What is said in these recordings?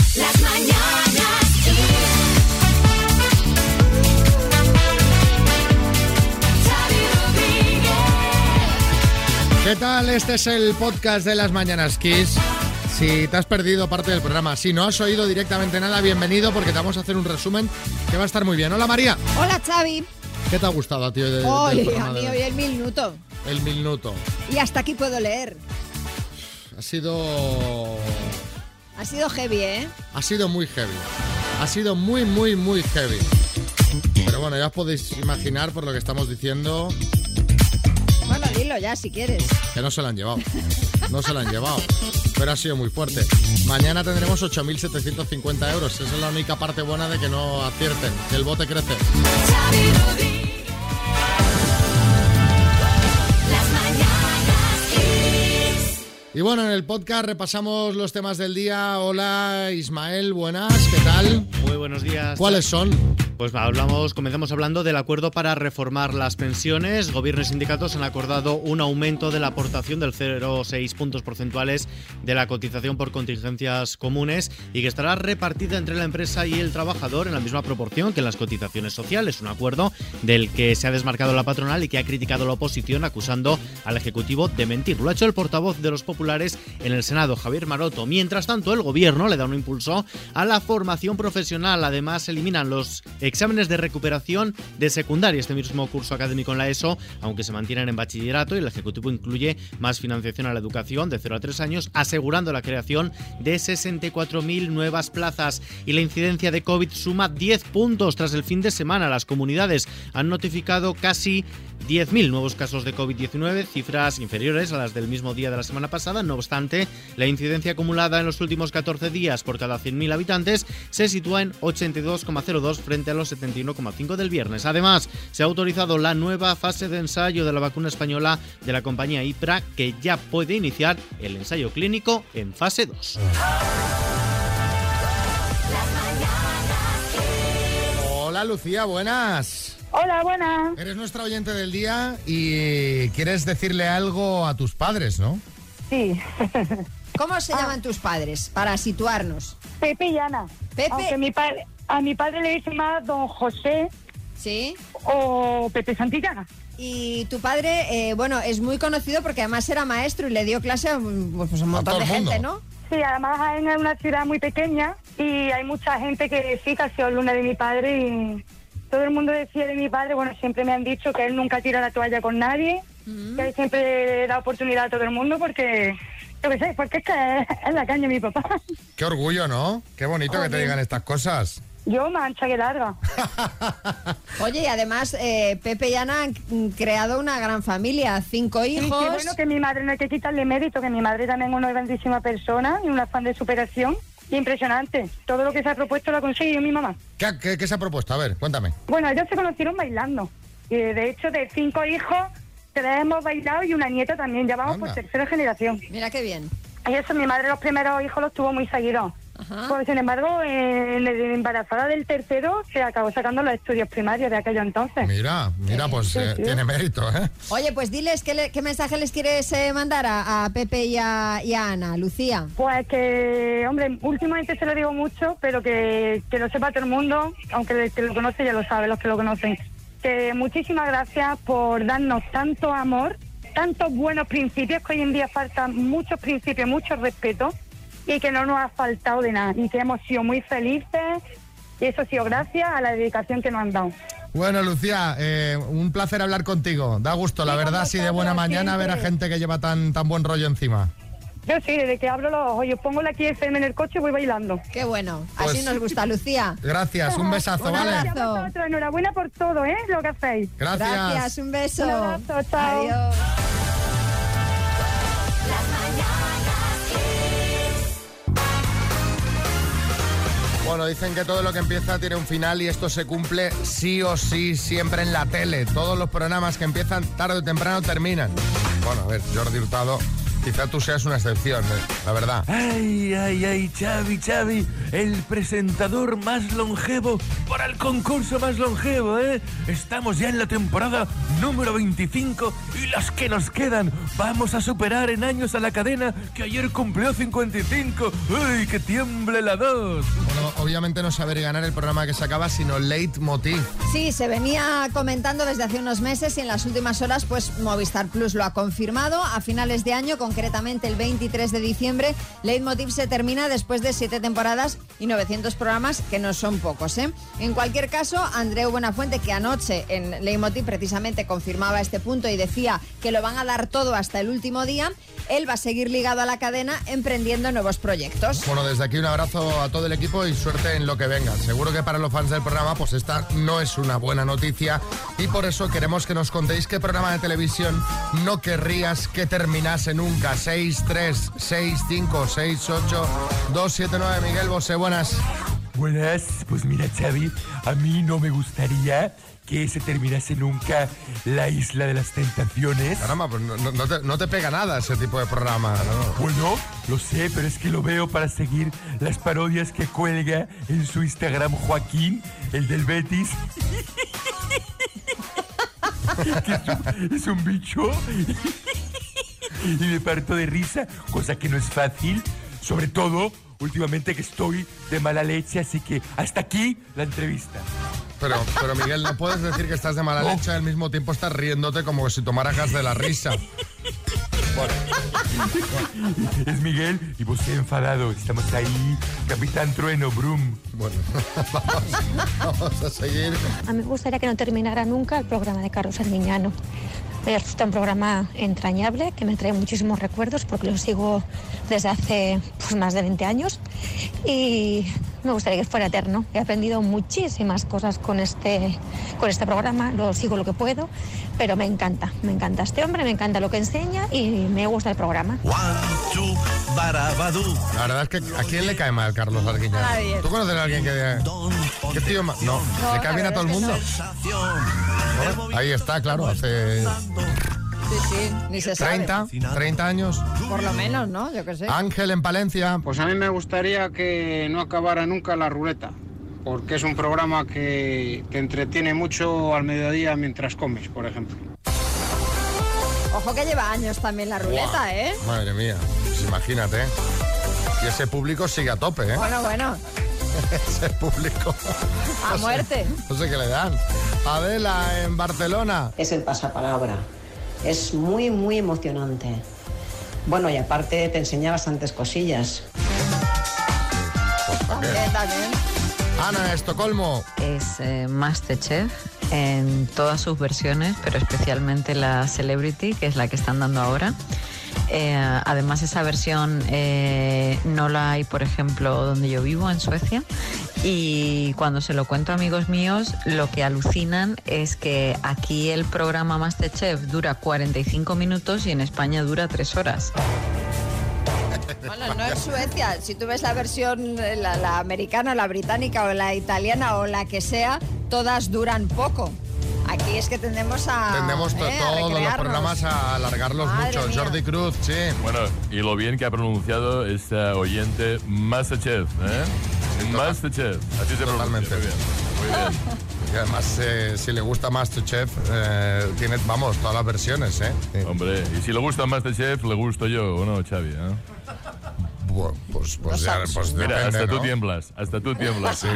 Las mañanas Kiss. Xavi Rodríguez. ¿Qué tal? Este es el podcast de Las Mañanas Kiss. Si te has perdido parte del programa, si no has oído directamente nada, bienvenido, porque te vamos a hacer un resumen que va a estar muy bien. Hola, María. Hola, Xavi. ¿Qué te ha gustado a ti del Hoy, programa a mí de hoy el minuto. El minuto. Y hasta aquí puedo leer. Ha sido heavy, ¿eh? Ha sido muy heavy. Ha sido muy heavy. Pero bueno, ya os podéis imaginar por lo que estamos diciendo Bueno, dilo ya si quieres. que no se lo han llevado. No se lo han llevado. Pero ha sido muy fuerte. Mañana tendremos 8.750 euros. Esa es la única parte buena de que no acierten, que el bote crece. Xavi Rodríguez. Las mañanas Kiss. Y bueno, en el podcast repasamos los temas del día. Hola, Ismael, buenas, ¿qué tal? Muy buenos días. ¿Cuáles son? Pues comenzamos hablando del acuerdo para reformar las pensiones. Gobierno y sindicatos han acordado un aumento de la aportación del 0,6 puntos porcentuales de la cotización por contingencias comunes y que estará repartida entre la empresa y el trabajador en la misma proporción que en las cotizaciones sociales. Un acuerdo del que se ha desmarcado la patronal y que ha criticado la oposición acusando al Ejecutivo de mentir. Lo ha hecho el portavoz de los populares en el Senado, Javier Maroto. Mientras tanto, el Gobierno le da un impulso a la formación profesional. Además, eliminan los exámenes de recuperación de secundaria este mismo curso académico en la ESO, aunque se mantienen en bachillerato, y el Ejecutivo incluye más financiación a la educación de 0 a 3 años, asegurando la creación de 64.000 nuevas plazas. Y la incidencia de COVID suma 10 puntos tras el fin de semana. Las comunidades han notificado casi 10.000 nuevos casos de COVID-19, cifras inferiores a las del mismo día de la semana pasada. No obstante, la incidencia acumulada en los últimos 14 días por cada 100.000 habitantes se sitúa en 82,02 frente a los 71,5 del viernes. Además, se ha autorizado la nueva fase de ensayo de la vacuna española de la compañía IPRA, que ya puede iniciar el ensayo clínico en fase 2. Hola, Lucía, buenas. Hola, buenas. Eres nuestra oyente del día y quieres decirle algo a tus padres, ¿no? Sí. ¿Cómo se llaman tus padres? Para situarnos. Pepe y Ana. Pepe. Aunque a mi padre le dice más don José Sí. o Pepe Santillana. Y tu padre, es muy conocido porque además era maestro y le dio clase a un montón todo de el gente, mundo. ¿no? Sí, además Jaén es una ciudad muy pequeña y hay mucha gente que sí que ha sido alumna de mi padre y todo el mundo decía de mi padre, siempre me han dicho que él nunca tira la toalla con nadie, que él siempre da oportunidad a todo el mundo porque, yo qué sé, porque es que es la caña mi papá. Qué orgullo, ¿no? Qué bonito que te digan estas cosas. Yo mancha que larga. Oye, y además Pepe y Ana han creado una gran familia, 5 hijos. Sí, qué bueno que mi madre, no hay que quitarle mérito, que mi madre también es una grandísima persona y un afán de superación impresionante. Todo lo que se ha propuesto lo ha conseguido mi mamá. ¿Qué se ha propuesto? A ver, cuéntame. Bueno, ellos se conocieron bailando. Y de hecho, de 5 hijos, 3 hemos bailado y una nieta también. Ya vamos por tercera generación. Mira qué bien. Y eso, mi madre los primeros hijos los tuvo muy seguidos. Ajá. Pues sin embargo, embarazada del tercero, se acabó sacando los estudios primarios de aquello entonces. Mira, pues Sí. tiene mérito, ¿eh? Oye, pues diles qué mensaje les quieres mandar a Pepe y a Ana, Lucía. Pues que, hombre, últimamente se lo digo mucho, pero que lo sepa todo el mundo, aunque el que lo conoce ya lo sabe, los que lo conocen. Que muchísimas gracias por darnos tanto amor, tantos buenos principios, que hoy en día faltan muchos principios, mucho respeto, y que no nos ha faltado de nada, y que hemos sido muy felices, y eso ha sido gracias a la dedicación que nos han dado. Bueno, Lucía, un placer hablar contigo. Da gusto, la verdad, así de buena mañana ver a gente que lleva tan buen rollo encima. Yo sí, desde que abro los ojos, yo pongo la FM en el coche y voy bailando. Qué bueno, Pues, así nos gusta, Lucía. Gracias, un besazo, Un ¿vale? abrazo. Gracias a vosotros, enhorabuena por todo, lo que hacéis. Gracias. Un beso. Un abrazo, chao. Adiós. Las mañanas Kiss. Bueno, dicen que todo lo que empieza tiene un final y esto se cumple sí o sí siempre en la tele. Todos los programas que empiezan tarde o temprano terminan. Bueno, a ver, Jordi Hurtado, quizá tú seas una excepción. la verdad. Ay, Xavi, el presentador más longevo para el concurso más longevo, ¿eh? Estamos ya en la temporada número 25 y las que nos quedan. Vamos a superar en años a la cadena que ayer cumplió 55. ¡Uy, que tiemble la 2! Bueno, obviamente no saber ganar el programa que se acaba, sino Leitmotiv. Sí, se venía comentando desde hace unos meses y en las últimas horas pues Movistar Plus lo ha confirmado. A finales de año, concretamente el 23 de diciembre, Leitmotiv se termina después de 7 temporadas y 900 programas, que no son pocos, ¿eh? En cualquier caso, Andreu Buenafuente, que anoche en Leitmotiv precisamente confirmaba este punto y decía que lo van a dar todo hasta el último día, él va a seguir ligado a la cadena emprendiendo nuevos proyectos. Bueno, desde aquí un abrazo a todo el equipo y suerte en lo que venga. Seguro que para los fans del programa pues esta no es una buena noticia y por eso queremos que nos contéis qué programa de televisión no querrías que terminase nunca. 636568279. Miguel Bosé, buenas. Buenas, pues mira, Xavi, a mí no me gustaría que se terminase nunca La Isla de las Tentaciones. Caramba, pues no te pega nada ese tipo de programa, ¿no? Bueno, lo sé, pero es que lo veo para seguir las parodias que cuelga en su Instagram Joaquín, el del Betis. Que es un bicho. Y me parto de risa, cosa que no es fácil, sobre todo últimamente que estoy de mala leche, así que hasta aquí la entrevista. Pero Miguel, no puedes decir que estás de mala leche y al mismo tiempo estás riéndote como si tomaras gas de la risa. Bueno. Es Miguel y vos enfadado. Estamos ahí, Capitán Trueno, Brum. Bueno, vamos a seguir. A mí me gustaría que no terminara nunca el programa de Carlos Arguiñano. Me resulta un programa entrañable que me trae muchísimos recuerdos porque lo sigo desde hace más de 20 años y me gustaría que fuera eterno. He aprendido muchísimas cosas con este programa, lo sigo lo que puedo, pero me encanta este hombre, me encanta lo que enseña y me gusta el programa. La verdad es que ¿a quién le cae mal Carlos Arguiñano? A nadie. ¿Tú conoces a alguien que... ¿Qué tío más? No, ¿le cae bien a todo el mundo? ¿No? Ahí está, claro, hace... Sí, ni se sabe. 30 años. Por lo menos, ¿no? Yo qué sé. Ángel en Palencia. Pues a mí me gustaría que no acabara nunca la ruleta, porque es un programa que entretiene mucho al mediodía mientras comes, por ejemplo. Ojo que lleva años también la ruleta, Buah, ¿eh? Madre mía, pues imagínate. Y ese público sigue a tope, ¿eh? Bueno. Ese público. A muerte. No sé qué le dan. Adela en Barcelona. Es el pasapalabra. Es muy, muy emocionante. Bueno, y aparte te enseña bastantes cosillas. Pues también. También. Ana, Estocolmo. Es Masterchef en todas sus versiones, pero especialmente la Celebrity, que es la que están dando ahora. Además, esa versión no la hay, por ejemplo, donde yo vivo, en Suecia. Y cuando se lo cuento a amigos míos, lo que alucinan es que aquí el programa Masterchef dura 45 minutos y en España dura 3 horas. Bueno, no en Suecia. Si tú ves la versión, la americana, la británica o la italiana o la que sea, todas duran poco. Aquí es que tendemos a todos los programas a alargarlos mucho. Mía. Jordi Cruz, sí. Bueno, y lo bien que ha pronunciado esta oyente Masterchef, ¿eh? Sí, Masterchef, así se totalmente. pronuncia. Muy bien. Y además, si le gusta Masterchef, tiene, vamos, todas las versiones, ¿eh? Sí. Hombre, y si le gusta Masterchef, le gusto yo, ¿o no, Xavi? Bueno, pues Mira, depende, hasta ¿no? tú tiemblas, Sí,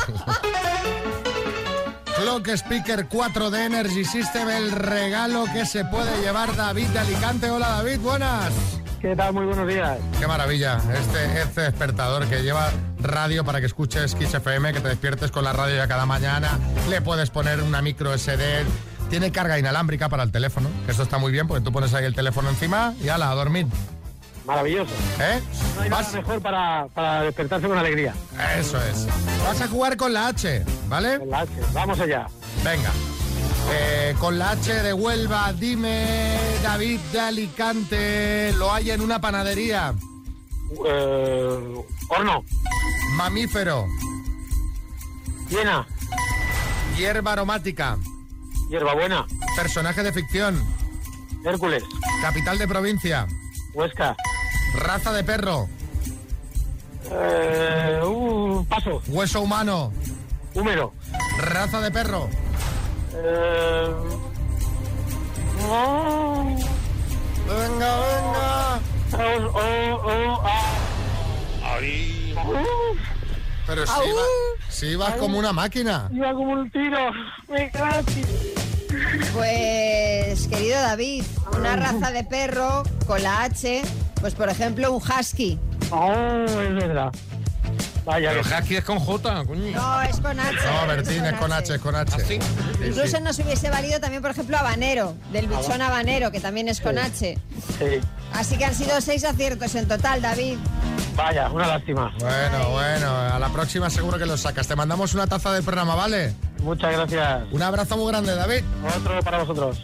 Clock Speaker 4 de Energy System, el regalo que se puede llevar David de Alicante. Hola David, buenas. ¿Qué tal? Muy buenos días. Qué maravilla, este despertador que lleva radio para que escuches Kiss FM, que te despiertes con la radio ya cada mañana. Le puedes poner una micro SD, tiene carga inalámbrica para el teléfono, que esto está muy bien porque tú pones ahí el teléfono encima y ala, a dormir. Maravilloso. ¿Eh? No hay nada mejor para despertarse con alegría. Eso es. Vas a jugar con la H, ¿vale? Con la H. Vamos allá. Venga. Con la H de Huelva, dime, David de Alicante, ¿lo hay en una panadería? Horno. Mamífero. Hiena. Hierba aromática. Hierbabuena. Personaje de ficción. Hércules. Capital de provincia. Huesca. Raza de perro. Paso. Hueso humano. Húmero. Raza de perro. Venga, venga. Pero si vas como una máquina. Iba como un tiro. Me casi. Pues, querido David, una raza de perro con la H, pues por ejemplo un husky. Es verdad. Vaya. Pero husky es con J, coño. No, es con H. No, Bertín, es con H, es con H. ¿Ah, sí? Incluso nos hubiese valido también, por ejemplo, habanero, del bichón habanero, que también es con H. Sí. Así que han sido 6 aciertos en total, David. Vaya, una lástima. Bueno, a la próxima seguro que lo sacas. Te mandamos una taza del programa, ¿vale? Muchas gracias. Un abrazo muy grande, David. Otro para vosotros.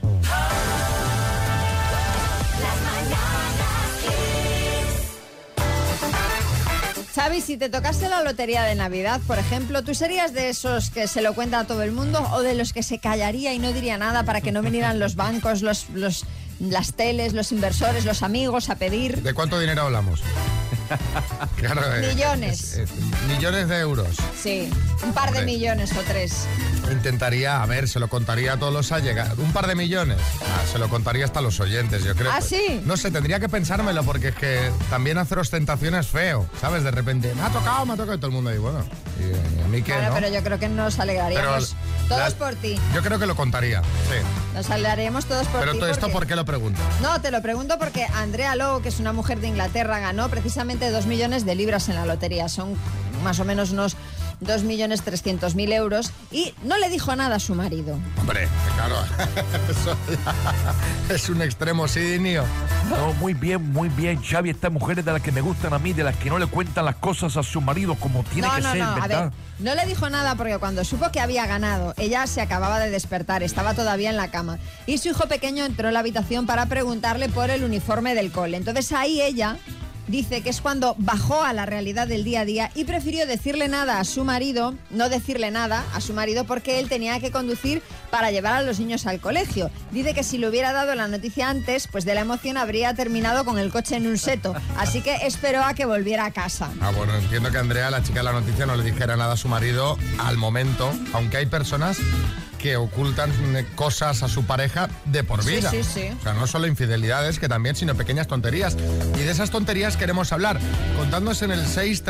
Xavi, si te tocase la lotería de Navidad, por ejemplo, ¿tú serías de esos que se lo cuenta a todo el mundo o de los que se callaría y no diría nada para que no vinieran los bancos, las teles, los inversores, los amigos a pedir? ¿De cuánto dinero hablamos? Claro, Millones. Millones de euros. Sí, un par de millones o 3. Intentaría, se lo contaría a todos los allegados. Un par de millones. Se lo contaría hasta a los oyentes, yo creo. ¿Ah, sí? No sé, tendría que pensármelo porque es que también hacer ostentación es feo, ¿sabes? De repente, me ha tocado, y todo el mundo ahí, bueno, y a mí qué, Bueno, ¿no? pero yo creo que nos alegraríamos todos por ti. Yo creo que lo contaría, sí. Nos alegraríamos todos por ti. Pero todo esto, porque- ¿por qué lo preguntas? No, te lo pregunto porque Andrea Lowe, que es una mujer de Inglaterra, ganó precisamente 2 millones de libras en la lotería. Son más o menos unos 2.300.000 euros y no le dijo nada a su marido. Hombre, claro, eso ya es un extremo, sí, Nio. No, muy bien, Xavi. Estas mujeres de las que me gustan a mí, de las que no le cuentan las cosas a su marido como tiene que ser, a ¿verdad? ver, no le dijo nada porque cuando supo que había ganado, ella se acababa de despertar, estaba todavía en la cama y su hijo pequeño entró en la habitación para preguntarle por el uniforme del cole. Entonces ahí ella dice que es cuando bajó a la realidad del día a día y prefirió decirle nada a su marido, no decirle nada a su marido porque él tenía que conducir para llevar a los niños al colegio. Dice que si le hubiera dado la noticia antes, pues de la emoción habría terminado con el coche en un seto. Así que esperó a que volviera a casa. Bueno, entiendo que Andrea, la chica de la noticia, no le dijera nada a su marido al momento, aunque hay personas que ocultan cosas a su pareja de por vida. Sí, sí, sí. O sea, no solo infidelidades, que también, sino pequeñas tonterías. Y de esas tonterías queremos hablar. Contándonos en el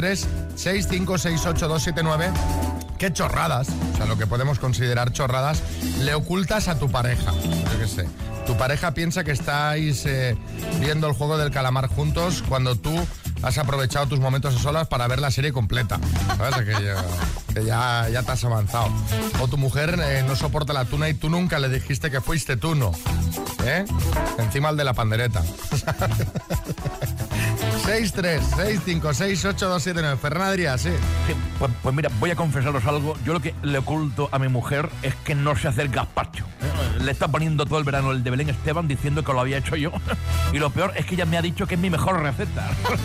636568279 qué chorradas, o sea, lo que podemos considerar chorradas, le ocultas a tu pareja. Yo qué sé. Tu pareja piensa que estáis viendo el juego del calamar juntos cuando tú has aprovechado tus momentos a solas para ver la serie completa. ¿Sabes? Que ya te has avanzado. O tu mujer no soporta la tuna y tú nunca le dijiste que fuiste tú, ¿no? Encima el de la pandereta. 636568279. Ferran Adrià, sí. Sí, pues mira, voy a confesaros algo. Yo lo que le oculto a mi mujer es que no sé hacer gazpacho. Le está poniendo todo el verano el de Belén Esteban diciendo que lo había hecho yo. Y lo peor es que ella me ha dicho que es mi mejor receta.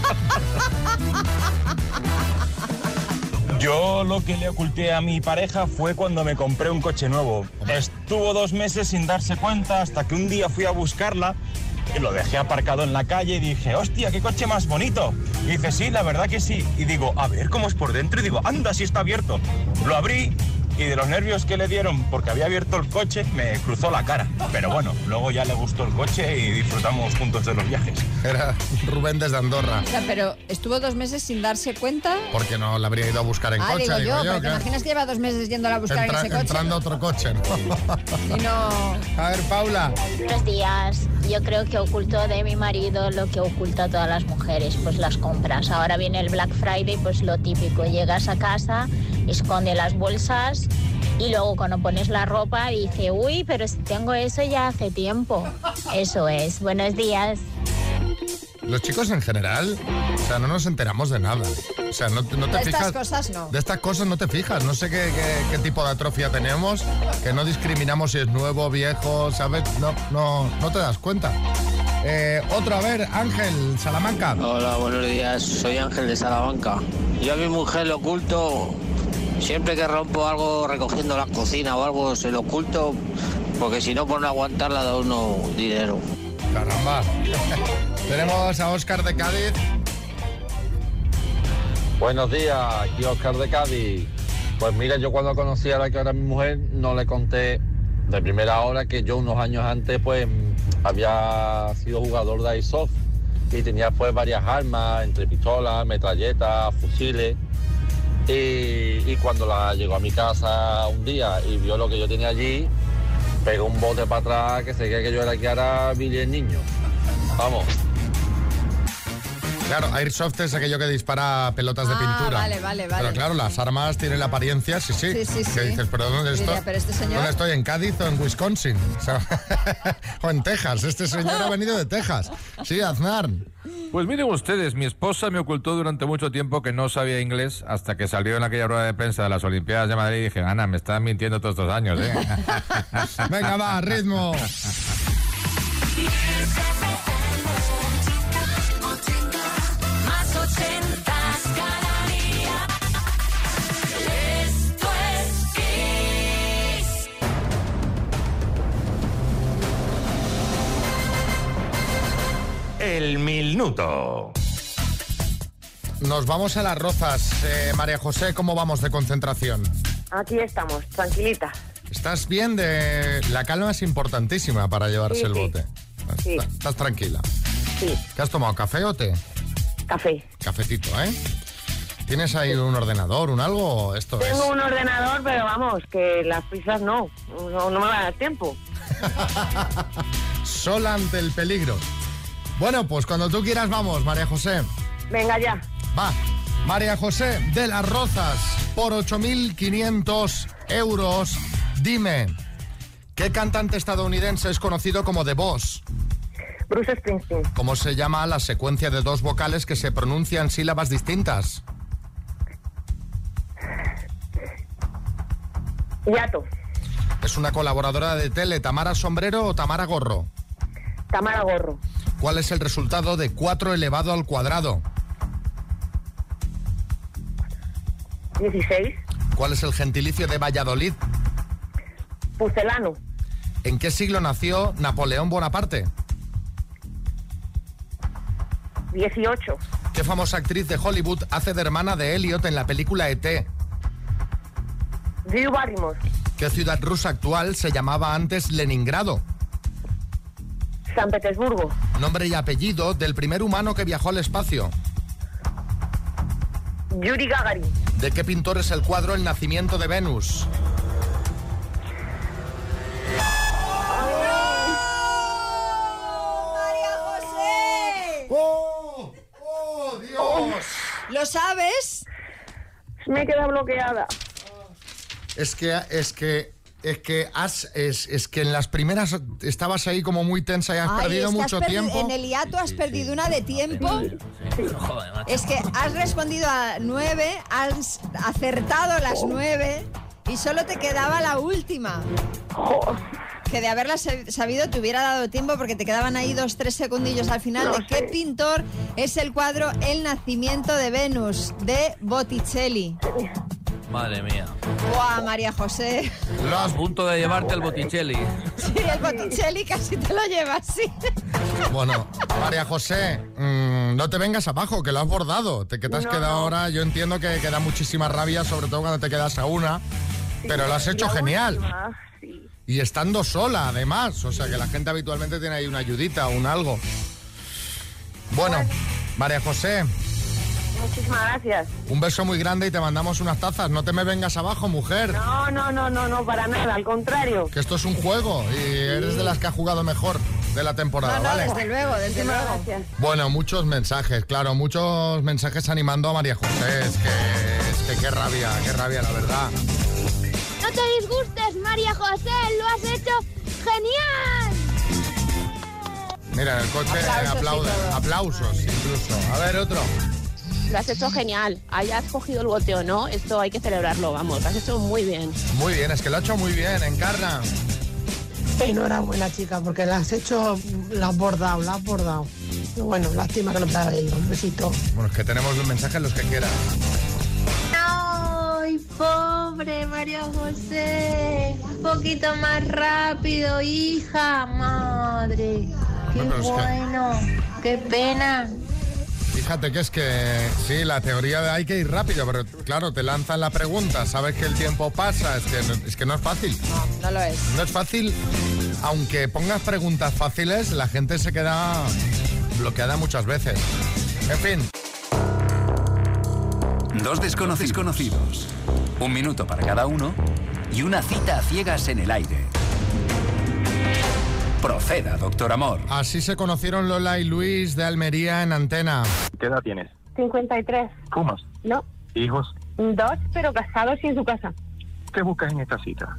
Yo lo que le oculté a mi pareja fue cuando me compré un coche nuevo. Estuvo 2 meses sin darse cuenta hasta que un día fui a buscarla y lo dejé aparcado en la calle y dije, hostia, qué coche más bonito. Y dice, sí, la verdad que sí. Y digo, a ver cómo es por dentro. Y digo, anda, sí está abierto. Lo abrí y de los nervios que le dieron porque había abierto el coche, me cruzó la cara. Pero bueno, luego ya le gustó el coche y disfrutamos juntos de los viajes. Era Rubén desde Andorra. O sea, pero estuvo 2 meses sin darse cuenta. Porque no la habría ido a buscar en coche. Digo yo, pero te claro. imaginas que lleva 2 meses yéndola a buscar en ese coche. Entrando a otro coche, ¿no? Y no... A ver, Paula. Buenos días. Yo creo que oculto de mi marido lo que oculta a todas las mujeres, pues las compras. Ahora viene el Black Friday, pues lo típico. Llegas a casa, esconde las bolsas y luego cuando pones la ropa dice, uy, pero si tengo eso ya hace tiempo. Eso es. Buenos días. Los chicos en general, o sea, no nos enteramos de nada. O sea, no te De fijas... estas cosas no. De estas cosas no te fijas. No sé qué tipo de atrofia tenemos, que no discriminamos si es nuevo, viejo, ¿sabes? No te das cuenta. Otro, a ver, Ángel, Salamanca. Hola, buenos días. Soy Ángel de Salamanca. Yo a mi mujer le oculto, siempre que rompo algo recogiendo la cocina o algo, se lo oculto, porque si no, por no aguantarla da uno dinero. Caramba. Tenemos a Óscar de Cádiz. Buenos días, aquí Óscar de Cádiz. Pues mira, yo cuando conocí a la que ahora mi mujer, no le conté de primera hora que yo unos años antes pues había sido jugador de Airsoft y tenía pues varias armas, entre pistolas, metralletas, fusiles. Y cuando la llegó a mi casa un día y vio lo que yo tenía allí, pegó un bote para atrás que se creía que yo era que era Billy el niño. Vamos. Claro, Airsoft es aquello que dispara pelotas de pintura. Vale. Pero claro, las armas tienen la apariencia, sí. Sí. ¿Qué dices? ¿Pero dónde estoy? Diría, pero este señor... ¿Dónde estoy? ¿En Cádiz o en Wisconsin? O sea, o en Texas. Este señor ha venido de Texas. Sí, Aznar. Pues miren ustedes, mi esposa me ocultó durante mucho tiempo que no sabía inglés hasta que salió en aquella rueda de prensa de las Olimpiadas de Madrid y dije, Ana, me estás mintiendo todos estos años, ¿eh? Venga, va, ritmo. Más ochentas cada día. Esto es Kiss. El minuto. Nos vamos a Las Rozas. María José, ¿cómo vamos de concentración? Aquí estamos, tranquilita. ¿Estás bien? La calma es importantísima para llevarse el bote. Sí. ¿Estás tranquila? Sí. ¿Qué has tomado, café o té? Café. Cafetito, ¿eh? ¿Tienes ahí un ordenador, un algo? Esto Tengo es... un ordenador, pero vamos, que las prisas no me va a dar tiempo. Sola ante el peligro. Bueno, pues cuando tú quieras vamos, María José. Venga ya. Va. María José de Las Rozas, por 8.500 euros. Dime, ¿qué cantante estadounidense es conocido como The Boss? Bruce Springsteen. ¿Cómo se llama la secuencia de dos vocales que se pronuncian sílabas distintas? Yato. ¿Es una colaboradora de tele, Tamara Sombrero o Tamara Gorro? Tamara Gorro. ¿Cuál es el resultado de 4 elevado al cuadrado? 16. ¿Cuál es el gentilicio de Valladolid? Pucelano. ¿En qué siglo nació Napoleón Bonaparte? 18. ¿Qué famosa actriz de Hollywood hace de hermana de Elliot en la película E.T.? Drew Barrymore. ¿Qué ciudad rusa actual se llamaba antes Leningrado? San Petersburgo. Nombre y apellido del primer humano que viajó al espacio. Yuri Gagarin. ¿De qué pintor es el cuadro El nacimiento de Venus? ¡María José! ¡Oh! ¡Oh, Dios! ¿Lo sabes? Me he quedado bloqueada. Es que en las primeras estabas ahí como muy tensa y has perdido mucho tiempo. En el hiato has perdido una de tiempo. Es que has respondido a 9, has acertado las 9 y solo te quedaba la última. Que de haberla sabido te hubiera dado tiempo porque te quedaban ahí 2-3 segundillos al final. ¿De qué pintor es el cuadro El nacimiento de Venus? De Botticelli. Madre mía. ¡Buah, María José! A punto de llevarte el Botticelli. Sí, el Botticelli casi te lo llevas, sí. Bueno, María José, no te vengas abajo, que lo has bordado. Que te has quedado ahora, yo entiendo que da muchísima rabia, sobre todo cuando te quedas a una, pero lo has hecho genial. Y estando sola, además, o sea que la gente habitualmente tiene ahí una ayudita o un algo. Bueno, María José, Muchísimas gracias. un beso muy grande y te mandamos unas tazas. No te me vengas abajo, mujer. No, para nada, al contrario. Que esto es un juego y eres de las que ha jugado mejor de la temporada, ¿vale? Desde luego. Gracias. Bueno, muchos mensajes, claro, muchos mensajes animando a María José. Es que qué rabia, la verdad. No te disgustes, María José, lo has hecho genial. Mira, en el coche aplausos incluso. A ver, otro. Lo has hecho genial. Hayas cogido el bote o no, esto hay que celebrarlo, vamos. Lo has hecho muy bien. Muy bien, es que lo ha hecho muy bien, Encarna. Enhorabuena, chica, porque la has bordado. Bueno, lástima que no te haya leído. Un besito. Bueno, es que tenemos los mensajes los que quieras. Ay, pobre María José. Un poquito más rápido, hija. Madre. Qué pero es que- bueno. Qué pena. fíjate que es que, sí, la teoría de hay que ir rápido, pero claro, te lanzan la pregunta, sabes que el tiempo pasa, es que no es fácil. No lo es. No es fácil, aunque pongas preguntas fáciles, la gente se queda bloqueada muchas veces. En fin. Dos desconocidos, un minuto para cada uno y una cita a ciegas en el aire. Proceda, doctor Amor. Así se conocieron Lola y Luis de Almería en Antena. ¿Qué edad tienes? 53. ¿Fumas? No. ¿Hijos? 2, pero casados y en su casa. ¿Qué buscas en esta cita?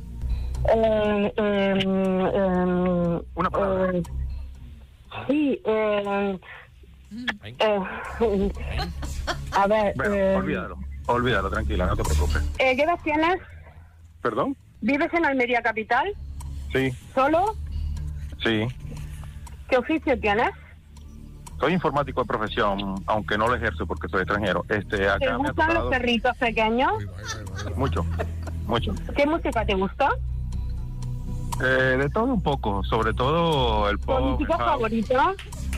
Una palabra. Sí, a ver... Bueno, olvídalo, tranquila, no te preocupes. ¿Qué edad tienes? ¿Perdón? ¿Vives en Almería capital? Sí. ¿Solo? Sí. ¿Qué oficio tienes? Soy informático de profesión, aunque no lo ejerzo porque soy extranjero. Acá ¿Te gustan los perritos pequeños? Mucho. ¿Qué música te gusta? De todo un poco, sobre todo el pop. ¿Político favorito?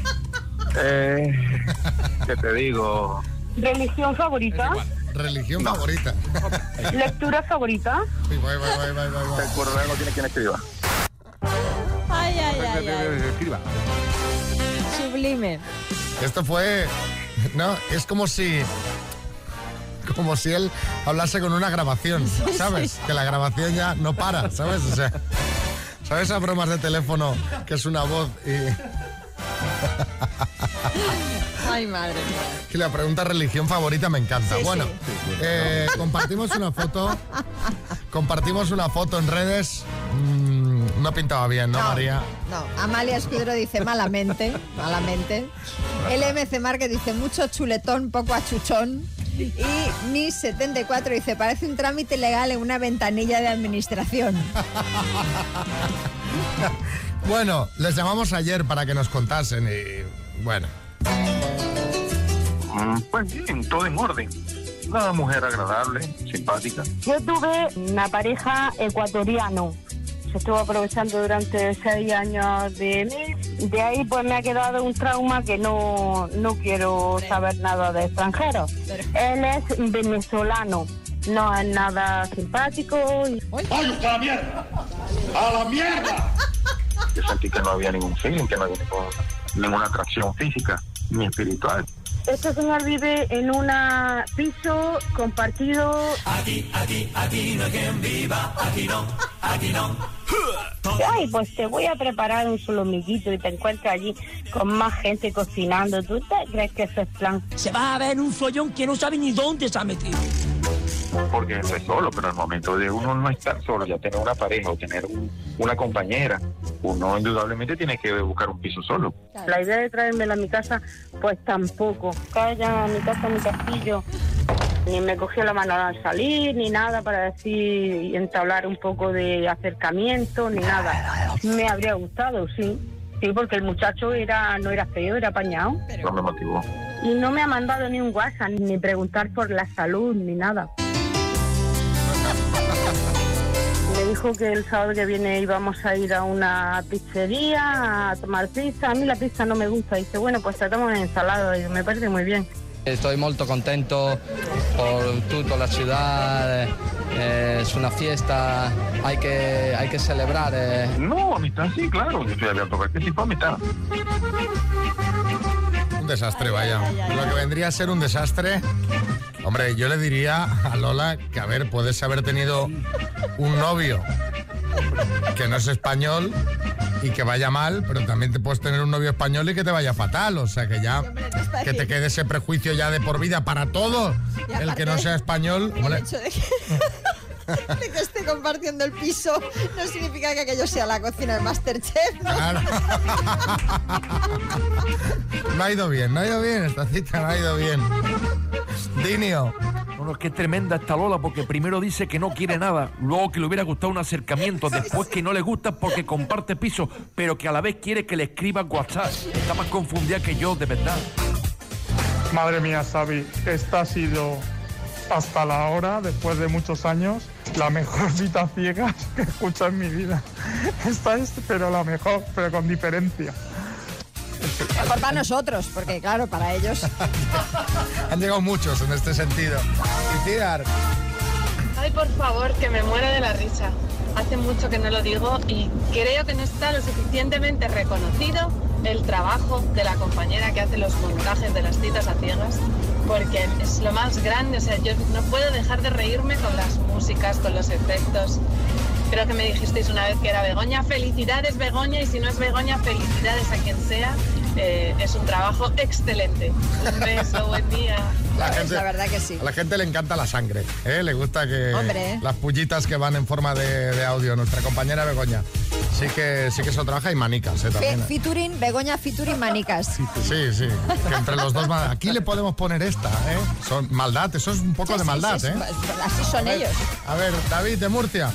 ¿Qué te digo? ¿Religión favorita? Religión favorita. ¿Lectura favorita? Sí, voy. El coronel no tiene quien escriba. Ay. Sublime. Esto fue... No, es como si él hablase con una grabación, ¿sabes? Sí. Que la grabación ya no para, ¿sabes? O sea, ¿sabes esas bromas de teléfono que es una voz y... Ay, madre mía. Que la pregunta religión favorita me encanta. Sí, bueno, sí. Compartimos una foto en redes. No pintaba bien, ¿no, María? No, Amalia Escudero dice malamente. LMC Márquez dice mucho chuletón, poco achuchón. Y Nis74 dice parece un trámite legal en una ventanilla de administración. Bueno, les llamamos ayer para que nos contasen y bueno. Pues bien, todo en orden. Una mujer agradable, simpática. Yo tuve una pareja ecuatoriano. Se estuvo aprovechando durante 6 años de mí. De ahí pues me ha quedado un trauma que no quiero saber nada de extranjeros. Él es venezolano. No es nada simpático. ¡Ay, a la mierda! ¡A la mierda! Yo sentí que no había ningún feeling, que no había ninguna atracción física ni espiritual. Este señor vive en un piso compartido. Aquí no hay quien viva, aquí no. Ay, pues te voy a preparar un solomillito y te encuentras allí con más gente cocinando. ¿Tú te crees que eso es plan? Se va a ver un follón que no sabe ni dónde se ha metido. Porque estoy solo, pero en el momento de uno no estar solo, ya tener una pareja o tener una compañera, uno indudablemente tiene que buscar un piso solo. La idea de traérmela a mi casa, pues tampoco. Calla, a mi casa, a mi castillo. Ni me cogió la mano al salir, ni nada para decir y entablar un poco de acercamiento, ni nada. Me habría gustado, sí. Sí, porque el muchacho no era feo, era apañado. No me motivó. Y no me ha mandado ni un WhatsApp, ni preguntar por la salud, ni nada. Me dijo que el sábado que viene íbamos a ir a una pizzería a tomar pizza. A mí la pizza no me gusta. Dice, bueno, pues tratamos una ensalada. Y me parece muy bien. Estoy molto contento por tutta la ciudad, es una fiesta, hay que celebrar. No, amistad sí, claro, yo estoy abierto a cualquier tipo de amistad. Un desastre, vaya. Lo que vendría a ser un desastre. Hombre, yo le diría a Lola que, a ver, puedes haber tenido un novio que no es español y que vaya mal, pero también te puedes tener un novio español y que te vaya fatal, o sea que ya que te quede ese prejuicio ya de por vida para todo el que no sea español. El hecho de que esté compartiendo el piso no significa que aquello sea la cocina de Masterchef, ¿no? Claro. No ha ido bien esta cita, no ha ido bien. Dinio. Bueno, es que es tremenda esta Lola porque primero dice que no quiere nada, luego que le hubiera gustado un acercamiento, después que no le gusta porque comparte piso, pero que a la vez quiere que le escriba WhatsApp. Está más confundida que yo, de verdad. Madre mía, Xavi, esta ha sido hasta la hora, después de muchos años, la mejor cita ciegas que he escuchado en mi vida. Esta es, pero la mejor, pero con diferencia. Mejor para nosotros, porque claro, para ellos. Han llegado muchos en este sentido. Iciar. Ay, por favor, que me muero de la risa. Hace mucho que no lo digo y creo que no está lo suficientemente reconocido el trabajo de la compañera que hace los montajes de las citas a ciegas, porque es lo más grande. O sea, yo no puedo dejar de reírme con las músicas, con los efectos. Creo que me dijisteis una vez que era Begoña. Felicidades, Begoña, y si no es Begoña, felicidades a quien sea. Es un trabajo excelente. Un beso, buen día. La verdad que sí. A la gente le encanta la sangre, ¿eh? Le gusta que las pullitas que van en forma de audio. Nuestra compañera Begoña sí que eso trabaja, y Manicas, también. Featuring, Begoña featuring Manicas. Sí, que entre los dos, aquí le podemos poner esta, ¿eh? Son maldad, eso es un poco de maldad, ¿eh? Así son ellos. A ver, David de Murcia.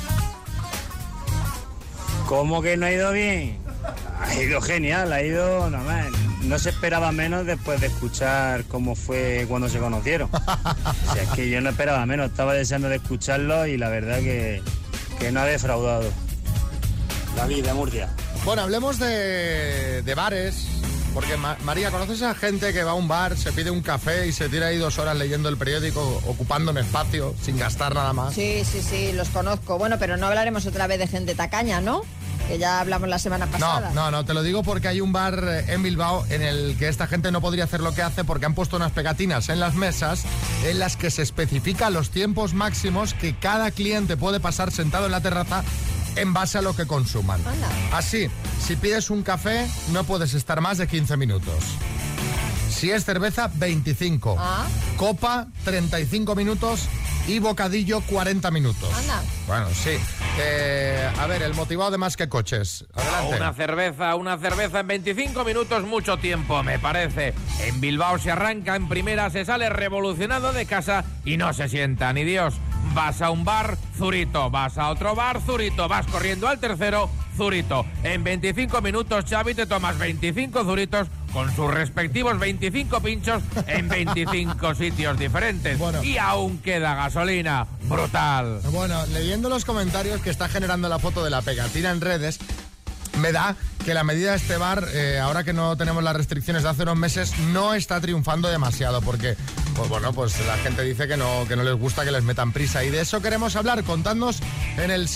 ¿Cómo que no ha ido bien? Ha ido genial, ha ido normal. No se esperaba menos después de escuchar cómo fue cuando se conocieron. O sea, es que yo no esperaba menos, estaba deseando de escucharlo y la verdad que no ha defraudado. David de Murcia. Bueno, hablemos de bares, porque María, ¿conoces a gente que va a un bar, se pide un café y se tira ahí 2 horas leyendo el periódico, ocupando un espacio, sin gastar nada más? Sí, los conozco. Bueno, pero no hablaremos otra vez de gente tacaña, ¿no? Que ya hablamos la semana pasada. No, te lo digo porque hay un bar en Bilbao en el que esta gente no podría hacer lo que hace, porque han puesto unas pegatinas en las mesas en las que se especifica los tiempos máximos que cada cliente puede pasar sentado en la terraza en base a lo que consuman. Anda. Así, si pides un café, no puedes estar más de 15 minutos. Si es cerveza, 25. Copa, 35 minutos. Y bocadillo, 40 minutos. Anda. Bueno, sí. A ver, el motivado de más que coches. Adelante. Una cerveza en 25 minutos, mucho tiempo, me parece. En Bilbao se arranca en primera, se sale revolucionado de casa y no se sienta ni Dios. Vas a un bar, zurito. Vas a otro bar, zurito. Vas corriendo al tercero, zurito. En 25 minutos, Xavi, te tomas 25 zuritos con sus respectivos 25 pinchos en 25 sitios diferentes. Bueno. Y aún queda gasolina. Brutal. Bueno, leyendo los comentarios que está generando la foto de la pegatina en redes, me da que la medida de este bar, ahora que no tenemos las restricciones de hace unos meses, no está triunfando demasiado, porque pues la gente dice que no les gusta que les metan prisa, y de eso queremos hablar. Contadnos en el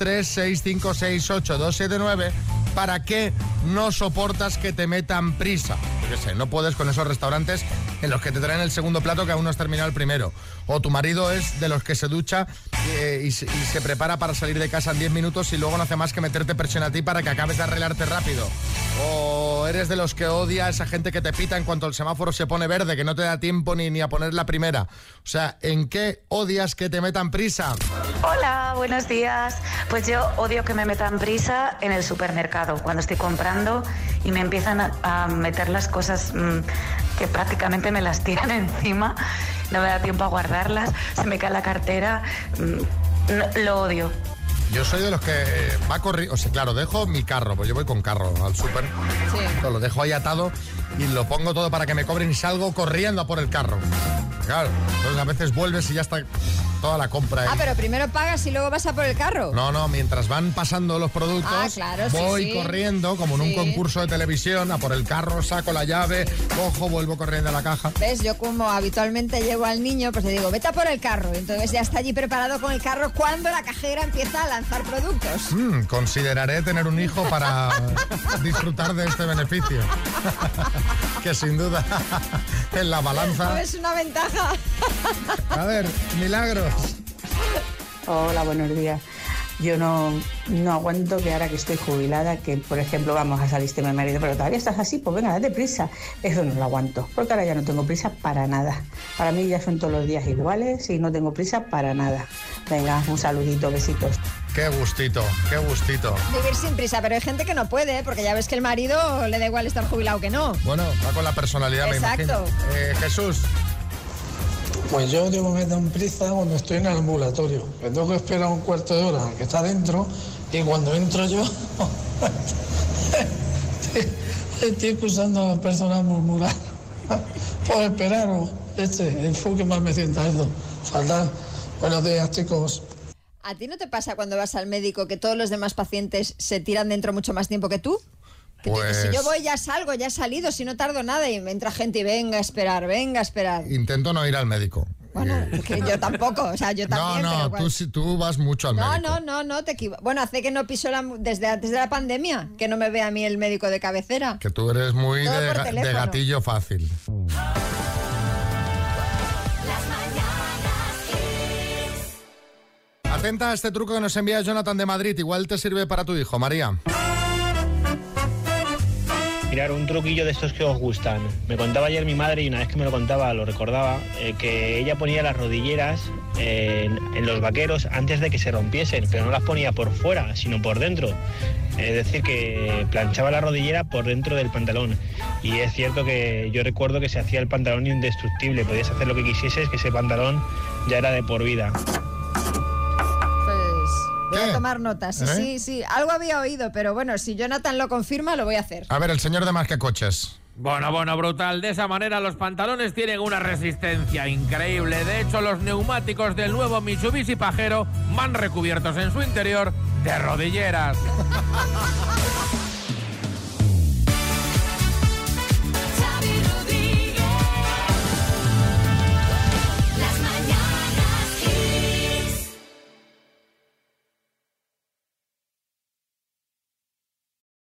636568279 para qué no soportas que te metan prisa. Yo qué sé, no puedes con esos restaurantes en los que te traen el segundo plato que aún no has terminado el primero. O tu marido es de los que se ducha y se prepara para salir de casa en 10 minutos y luego no hace más que meterte presión a ti para que acabes de arreglarte rápido. O eres de los que odia a esa gente que te pita en cuanto el semáforo se pone verde, que no te da tiempo ni a poner la primera. O sea, ¿en qué odias que te metan prisa? Hola, buenos días. Pues yo odio que me metan prisa en el supermercado, cuando estoy comprando y me empiezan a meter las cosas que prácticamente me las tiran encima, no me da tiempo a guardarlas, se me cae la cartera, lo odio. Yo soy de los que va corriendo, o sea, claro, dejo mi carro, pues yo voy con carro al súper, lo dejo ahí atado y lo pongo todo para que me cobren y salgo corriendo a por el carro. Claro, entonces a veces vuelves y ya está toda la compra ahí. Pero primero pagas y luego vas a por el carro. No, mientras van pasando los productos, claro, voy corriendo, como en un concurso de televisión, a por el carro, saco la llave, cojo, vuelvo corriendo a la caja. ¿Ves? Yo como habitualmente llevo al niño, pues le digo, vete a por el carro. Entonces ya está allí preparado con el carro cuando la cajera empieza a lanzar productos. Consideraré tener un hijo para disfrutar de este beneficio. Que sin duda en la balanza... No es una ventaja. A ver, Milagros. Hola, buenos días. Yo no aguanto que ahora que estoy jubilada, que por ejemplo vamos a salir con mi marido, pero todavía estás así, pues venga, date prisa. Eso no lo aguanto, porque ahora ya no tengo prisa para nada. Para mí ya son todos los días iguales y no tengo prisa para nada. Venga, un saludito, besitos. Qué gustito, qué gustito. Vivir sin prisa, pero hay gente que no puede, porque ya ves que el marido le da igual estar jubilado que no. Bueno, va con la personalidad, exacto. Me imagino. Jesús. Pues yo digo me dan prisa cuando estoy en el ambulatorio. Me tengo que esperar un cuarto de hora que está dentro y cuando entro yo estoy escuchando a las personas murmurar. Por esperar, el que más me sienta eso. Fatal. Buenos días, chicos. ¿A ti no te pasa cuando vas al médico que todos los demás pacientes se tiran dentro mucho más tiempo que tú? Pues... Si yo voy, ya salgo, ya he salido, si no tardo nada y me entra gente y venga a esperar. Intento no ir al médico. Bueno, que yo tampoco, o sea, yo también. No, pero tú vas mucho al médico. No, te equivocas. Bueno, hace que no piso desde antes de la pandemia, que no me ve a mí el médico de cabecera. Que tú eres muy de gatillo fácil. Atenta a este truco que nos envía Jonathan de Madrid. Igual te sirve para tu hijo, María. Mirar, un truquillo de estos que os gustan. Me contaba ayer mi madre, y una vez que me lo contaba, lo recordaba, que ella ponía las rodilleras en los vaqueros antes de que se rompiesen, pero no las ponía por fuera, sino por dentro. Es decir, que planchaba la rodillera por dentro del pantalón. Y es cierto que yo recuerdo que se hacía el pantalón indestructible. Podías hacer lo que quisieses, que ese pantalón ya era de por vida. Voy a tomar notas. Sí, algo había oído, pero bueno, si Jonathan lo confirma, lo voy a hacer. A ver, el señor de Más que Coches. Bueno, brutal. De esa manera los pantalones tienen una resistencia increíble. De hecho, los neumáticos del nuevo Mitsubishi Pajero van recubiertos en su interior de rodilleras.